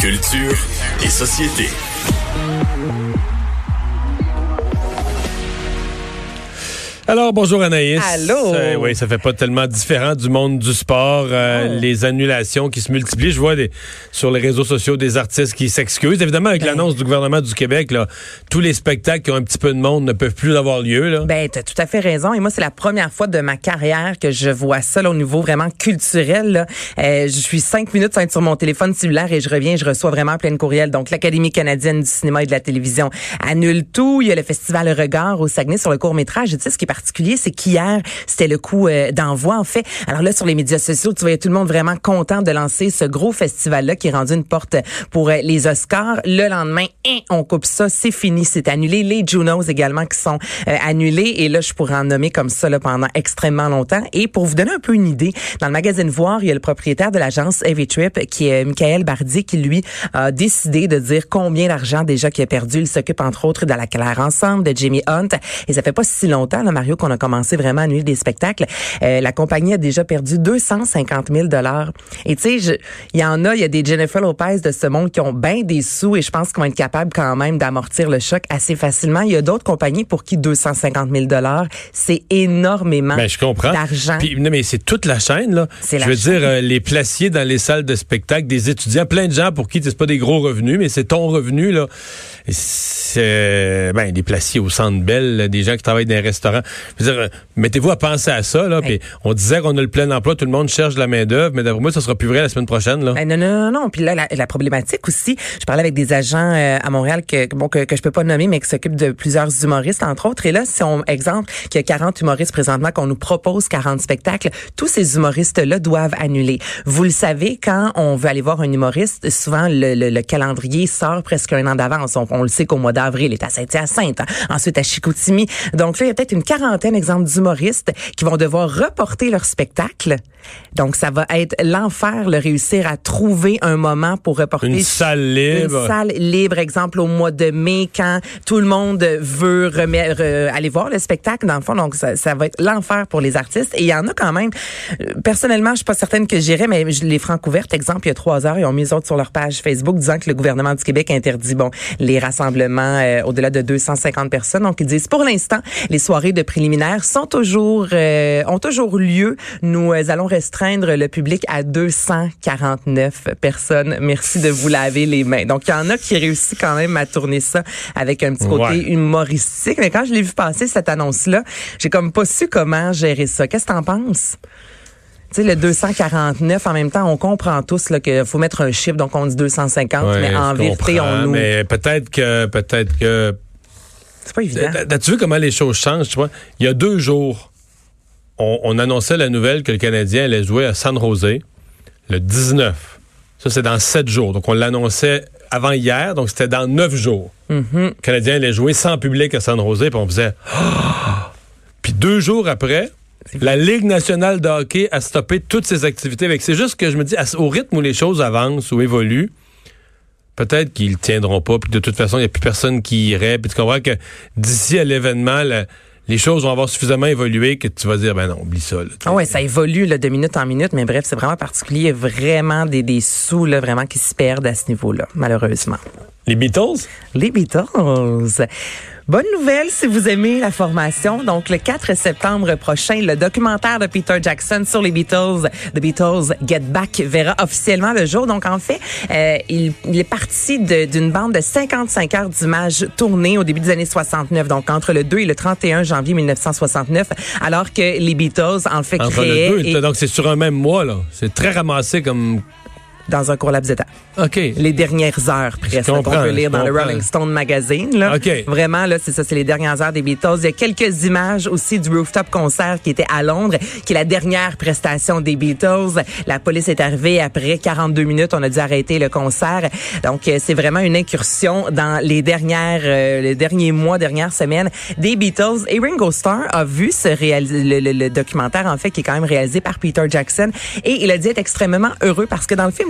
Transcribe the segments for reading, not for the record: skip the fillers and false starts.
Culture et société. Alors, bonjour Anaïs. Allô? Oui, ça fait pas tellement différent du monde du sport. Les annulations qui se multiplient. Je vois sur les réseaux sociaux des artistes qui s'excusent. Évidemment, avec l'annonce du gouvernement du Québec, là, tous les spectacles qui ont un petit peu de monde ne peuvent plus avoir lieu. Là. Ben, t'as tout à fait raison. Et moi, c'est la première fois de ma carrière que je vois ça là, au niveau vraiment culturel. Là. Je suis 5 minutes sans être sur mon téléphone cellulaire et je reviens, je reçois vraiment plein de courriels. Donc, l'Académie canadienne du cinéma et de la télévision annule tout. Il y a le Festival Regard au Saguenay sur le court-métrage. Et tu sais, ce qui est particulier, c'est qu'hier, c'était le coup d'envoi, en fait. Alors là, sur les médias sociaux, tu voyais tout le monde vraiment content de lancer ce gros festival-là qui est rendu une porte pour les Oscars. Le lendemain, on coupe ça, c'est fini, c'est annulé. Les Junos également qui sont annulés. Et là, je pourrais en nommer comme ça là, pendant extrêmement longtemps. Et pour vous donner un peu une idée, dans le magazine Voir, il y a le propriétaire de l'agence Heavy Trip, qui est Michael Bardi, qui lui a décidé de dire combien d'argent déjà qu'il a perdu. Il s'occupe entre autres de La Claire Ensemble, de Jamie Hunt. Et ça fait pas si longtemps, là, Mario, qu'on a commencé vraiment à annuler des spectacles. La compagnie a déjà perdu 250 000 $. Et tu sais, il y a des Jennifer Lopez de ce monde qui ont bien des sous et je pense qu'ils vont être capables quand même d'amortir le choc assez facilement. Il y a d'autres compagnies pour qui 250 000 $, c'est énormément d'argent. Puis, non, mais c'est toute la chaîne, là. Je veux dire, les placiers dans les salles de spectacle, des étudiants, plein de gens pour qui c'est pas des gros revenus, mais c'est ton revenu, là. Et c'est, des placiers au Centre Bell, là, des gens qui travaillent dans les restaurants. Je veux dire, mettez-vous à penser à ça, là. Puis on disait qu'on a le plein emploi, tout le monde cherche de la main-d'œuvre, mais d'après moi, ça sera plus vrai la semaine prochaine, là. Non. Puis là, la problématique aussi, je parlais avec des agents à Montréal que je peux pas nommer, mais qui s'occupent de plusieurs humoristes, entre autres. Et là, si on, exemple, qu'il y a 40 humoristes présentement, qu'on nous propose 40 spectacles, tous ces humoristes-là doivent annuler. Vous le savez, quand on veut aller voir un humoriste, souvent, le calendrier sort presque un an d'avance. On le sait qu'au mois d'avril, il est à Saint-Hyacinthe, ensuite à Chicoutimi. Donc là, il y a peut-être une quarantaine, exemple, d'humoristes qui vont devoir reporter leur spectacle. Donc, ça va être l'enfer, le réussir à trouver un moment pour reporter. Une salle libre. Une salle libre, exemple, au mois de mai, quand tout le monde veut aller voir le spectacle, dans le fond. Donc, ça va être l'enfer pour les artistes. Et il y en a quand même. Personnellement, je suis pas certaine que j'irais, mais les Francouvertes, exemple, il y a 3 heures, ils ont mis eux autres sur leur page Facebook disant que le gouvernement du Québec interdit, les rassemblements au-delà de 250 personnes. Donc, ils disent, pour l'instant, les soirées de préliminaires ont toujours lieu. Nous allons restreindre le public à 249 personnes. Merci de vous laver les mains. Donc, il y en a qui réussissent quand même à tourner ça avec un petit côté humoristique. Mais quand je l'ai vu passer, cette annonce-là, j'ai comme pas su comment gérer ça. Qu'est-ce que t'en penses? Tu sais, le 249, en même temps, on comprend tous là qu'il faut mettre un chiffre, donc on dit 250, mais en vérité, on nous... Mais peut-être que... C'est pas évident. Tu vu comment les choses changent, tu vois? Il y a 2 jours, on annonçait la nouvelle que le Canadien allait jouer à San José le 19. Ça, c'est dans 7 jours. Donc, on l'annonçait avant hier, donc c'était dans 9 jours. Mm-hmm. Le Canadien allait jouer sans public à San José, puis on faisait... Puis 2 jours après... La Ligue nationale de hockey a stoppé toutes ses activités. C'est juste que je me dis, au rythme où les choses avancent ou évoluent, peut-être qu'ils ne tiendront pas, puis de toute façon, il n'y a plus personne qui irait. Puis tu comprends que d'ici à l'événement, les choses vont avoir suffisamment évolué que tu vas dire, non, oublie ça. Là, ça évolue là, de minute en minute, mais bref, c'est vraiment particulier. Il y a vraiment des sous là, vraiment qui se perdent à ce niveau-là, malheureusement. Les Beatles? Les Beatles. Bonne nouvelle si vous aimez la formation. Donc, le 4 septembre prochain, le documentaire de Peter Jackson sur les Beatles, The Beatles Get Back, verra officiellement le jour. Donc, en fait, il est parti d'une bande de 55 heures d'images tournées au début des années 69. Donc, entre le 2 et le 31 janvier 1969, alors que les Beatles, en fait, créaient... Entre le 2, donc c'est sur un même mois, là. C'est très ramassé comme... Dans un court laps de temps. OK. Les dernières heures, presque, qu'on peut lire dans le Rolling Stone Magazine. Là. OK. Vraiment, là, c'est ça, c'est les dernières heures des Beatles. Il y a quelques images aussi du rooftop concert qui était à Londres, qui est la dernière prestation des Beatles. La police est arrivée après 42 minutes. On a dû arrêter le concert. Donc, c'est vraiment une incursion dans les derniers mois, dernières semaines des Beatles. Et Ringo Starr a vu le documentaire, en fait, qui est quand même réalisé par Peter Jackson. Et il a dit être extrêmement heureux parce que dans le film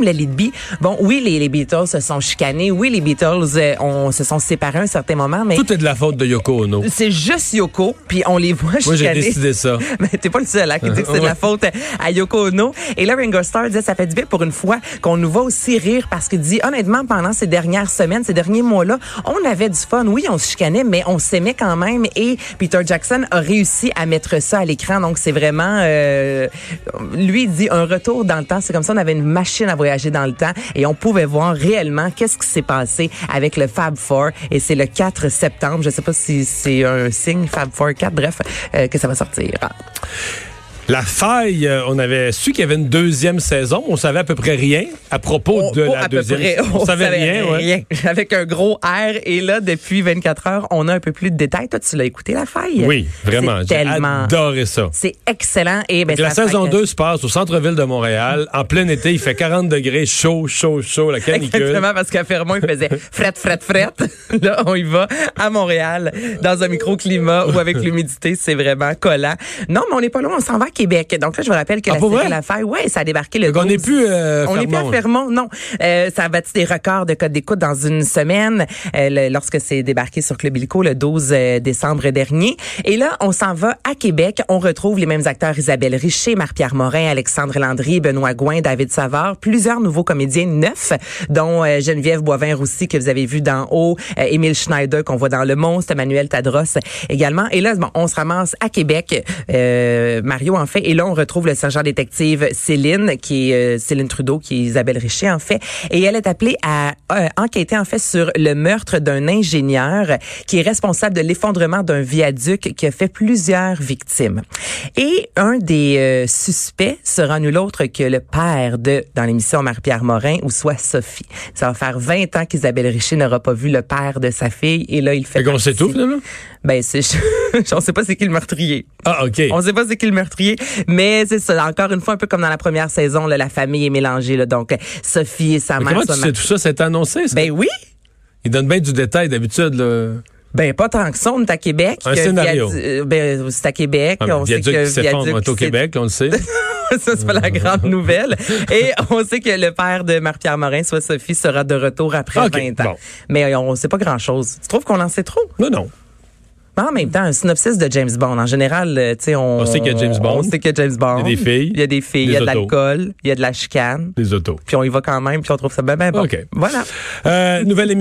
comme Let It Be. Bon, oui, les Beatles se sont chicanés. Oui, les Beatles se sont séparés à un certain moment, mais... Tout est de la faute de Yoko Ono. C'est juste Yoko, puis on les voit chicaner. Moi, j'ai décidé ça. Mais t'es pas le seul qui dit que c'est de la faute à Yoko Ono. Et là, Ringo Starr disait, ça fait du bien pour une fois qu'on nous voit aussi rire, parce qu'il dit, honnêtement, pendant ces dernières semaines, ces derniers mois-là, on avait du fun. Oui, on se chicanait, mais on s'aimait quand même. Et Peter Jackson a réussi à mettre ça à l'écran. Donc, c'est vraiment... lui, il dit, un retour dans le temps. C'est comme ça, on avait une machine à voyager dans le temps et on pouvait voir réellement qu'est-ce qui s'est passé avec le Fab Four. Et c'est le 4 septembre. Je sais pas si c'est un signe, Fab Four 4, bref, que ça va sortir. La Faille, on avait su qu'il y avait une deuxième saison. On savait à peu près rien à propos de la deuxième. On savait rien. Ouais. Avec un gros R. Et là, depuis 24 heures, on a un peu plus de détails. Toi, tu l'as écouté, La Faille? Oui, vraiment. J'ai adoré ça. C'est excellent. Et ben, la saison 2 se passe au centre-ville de Montréal. En plein été, il fait 40 degrés, chaud, la canicule. Exactement, parce qu'à Fermont, il faisait fret. Là, on y va à Montréal, dans un microclimat où avec l'humidité, c'est vraiment collant. Non, mais on n'est pas loin, on s'en va à Québec. Donc là, je vous rappelle que la série La Faille, ça a débarqué le 12. On n'est plus on n'est plus à Fermont, non. Ça a battu des records de code d'écoute dans une semaine lorsque c'est débarqué sur Club Illico le 12 décembre dernier. Et là, on s'en va à Québec. On retrouve les mêmes acteurs, Isabelle Richer, Marc-Pierre Morin, Alexandre Landry, Benoît Gouin, David Savard, plusieurs nouveaux comédiens neufs, dont Geneviève Boivin-Roussy, que vous avez vu d'en haut, Émile Schneider, qu'on voit dans Le Monstre, Emmanuel Tadros également. Et là, on se ramasse à Québec, Mario, en fait. Et là, on retrouve le sergent détective Céline, qui est Céline Trudeau, qui est Isabelle Richer, en fait. Et elle est appelée à enquêter, en fait, sur le meurtre d'un ingénieur qui est responsable de l'effondrement d'un viaduc qui a fait plusieurs victimes. Et un des suspects sera nul autre que le père dans l'émission Marie-Pierre Morin, ou soit Sophie. Ça va faire 20 ans qu'Isabelle Richer n'aura pas vu le père de sa fille. Et là, il fait... On sait tout, finalement? Ben, on sait pas c'est qui le meurtrier. Ah, OK. On sait pas c'est qui le meurtrier, mais c'est ça. Encore une fois, un peu comme dans la première saison, là, la famille est mélangée. Là, donc, Sophie et sa mère... Comment tu sais tout ça? C'est annoncé, ça? Ben oui! Il donne bien du détail, d'habitude, là. Ben, pas tant que ça. On est à Québec. Un scénario. C'est à Québec. On sait que Viaduc qui au Québec, on le sait. Ça, c'est pas la grande nouvelle. Et on sait que le père de Marie-Pierre Morin, soit Sophie, sera de retour après 20 ans. Bon. Mais on sait pas grand-chose. Tu trouves qu'on en sait trop? Non. En même temps, un synopsis de James Bond. En général, tu sais, on sait qu'il y a James Bond. On sait qu'il y a James Bond. Il y a des filles. Il y a des filles. Il y a de l'alcool. Il y a de la chicane. Des autos. Puis on y va quand même. Puis on trouve ça bien bon. OK. Voilà. Nouvelle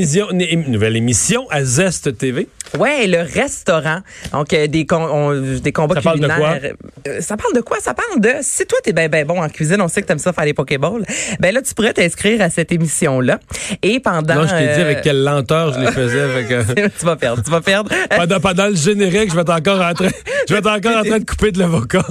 émission à Zest TV. Ouais, le restaurant. Donc, des combats culinaires. Ça parle de quoi? Ça parle de, si toi, t'es bien bon en cuisine, on sait que t'aimes ça faire les pokéballs, ben là, tu pourrais t'inscrire à cette émission-là. Et pendant... Non, je t'ai dit avec quelle lenteur je les faisais. Avec, tu vas perdre. Pendant le générique, je vais être encore en train de couper de l'avocat.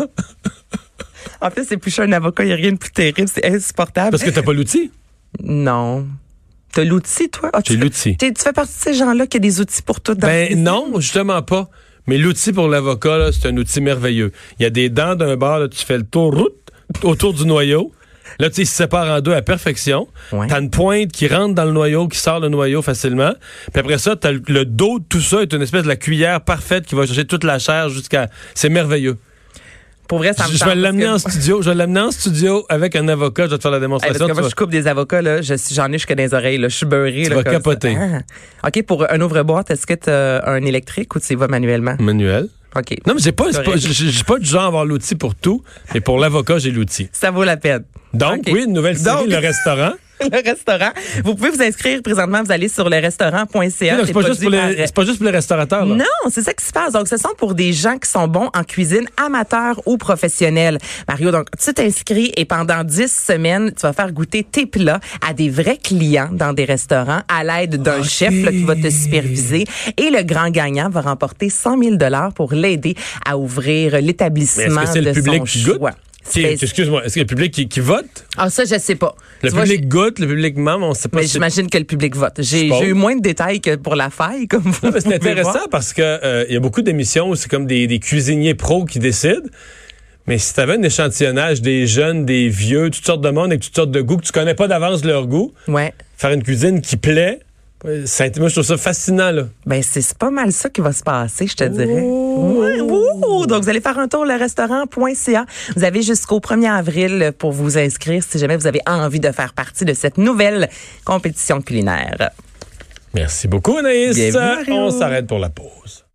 En fait, c'est plus cher un avocat, il n'y a rien de plus terrible, c'est insupportable. Parce que t'as pas l'outil? Non. T'as l'outil, toi? J'ai l'outil. Tu fais partie de ces gens-là qui a des outils pour tout. Non, justement pas. Mais l'outil pour l'avocat, là, c'est un outil merveilleux. Il y a des dents d'un bord, là, tu fais le tour autour du noyau. Là, tu sais, il se sépare en deux à perfection. Ouais. T'as une pointe qui rentre dans le noyau, qui sort le noyau facilement. Puis après ça, t'as le dos de tout ça est une espèce de la cuillère parfaite qui va chercher toute la chair jusqu'à... C'est merveilleux. Pour vrai, ça me Je vais l'amener en studio. Je vais l'amener en studio avec un avocat. Je vais te faire la démonstration. Parce que moi, je coupe des avocats, là. J'en ai jusqu'à les oreilles, là. Je suis beurré. Tu vas capoter. OK, pour un ouvre-boîte, est-ce que tu as un électrique ou tu y vas manuellement? Manuel. OK. Non, mais j'ai pas du genre à avoir l'outil pour tout. Mais pour l'avocat, j'ai l'outil. Ça vaut la peine. Donc, oui, une nouvelle série, Le Restaurant. Le restaurant. Vous pouvez vous inscrire présentement. Vous allez sur lerestaurant.ca. C'est pas juste pour les restaurateurs. Là. Non, c'est ça qui se passe. Donc, ce sont pour des gens qui sont bons en cuisine, amateurs ou professionnels. Mario, donc, tu t'inscris et pendant 10 semaines, tu vas faire goûter tes plats à des vrais clients dans des restaurants à l'aide d'un chef là, qui va te superviser. Et le grand gagnant va remporter 100 000 $ pour l'aider à ouvrir l'établissement de son choix. Excuse-moi, est-ce qu'il y a le public qui vote? Ah, ça, je sais pas. Le public goûte, le public ment, on sait pas. Mais j'imagine que le public vote. J'ai eu moins de détails que pour La Faille, comme vous. Non, mais c'est intéressant parce que il y a beaucoup d'émissions où c'est comme des cuisiniers pros qui décident. Mais si tu avais un échantillonnage des jeunes, des vieux, toutes sortes de monde avec toutes sortes de goûts que tu connais pas d'avance leur goût, ouais. Faire une cuisine qui plaît, Moi, je trouve ça fascinant, là. Ben, c'est pas mal ça qui va se passer, je te dirais. Ouais, ouh! Donc, vous allez faire un tour le restaurant.ca. Vous avez jusqu'au 1er avril pour vous inscrire si jamais vous avez envie de faire partie de cette nouvelle compétition culinaire. Merci beaucoup, Anaïs. Bienvenue, Mario. On s'arrête pour la pause.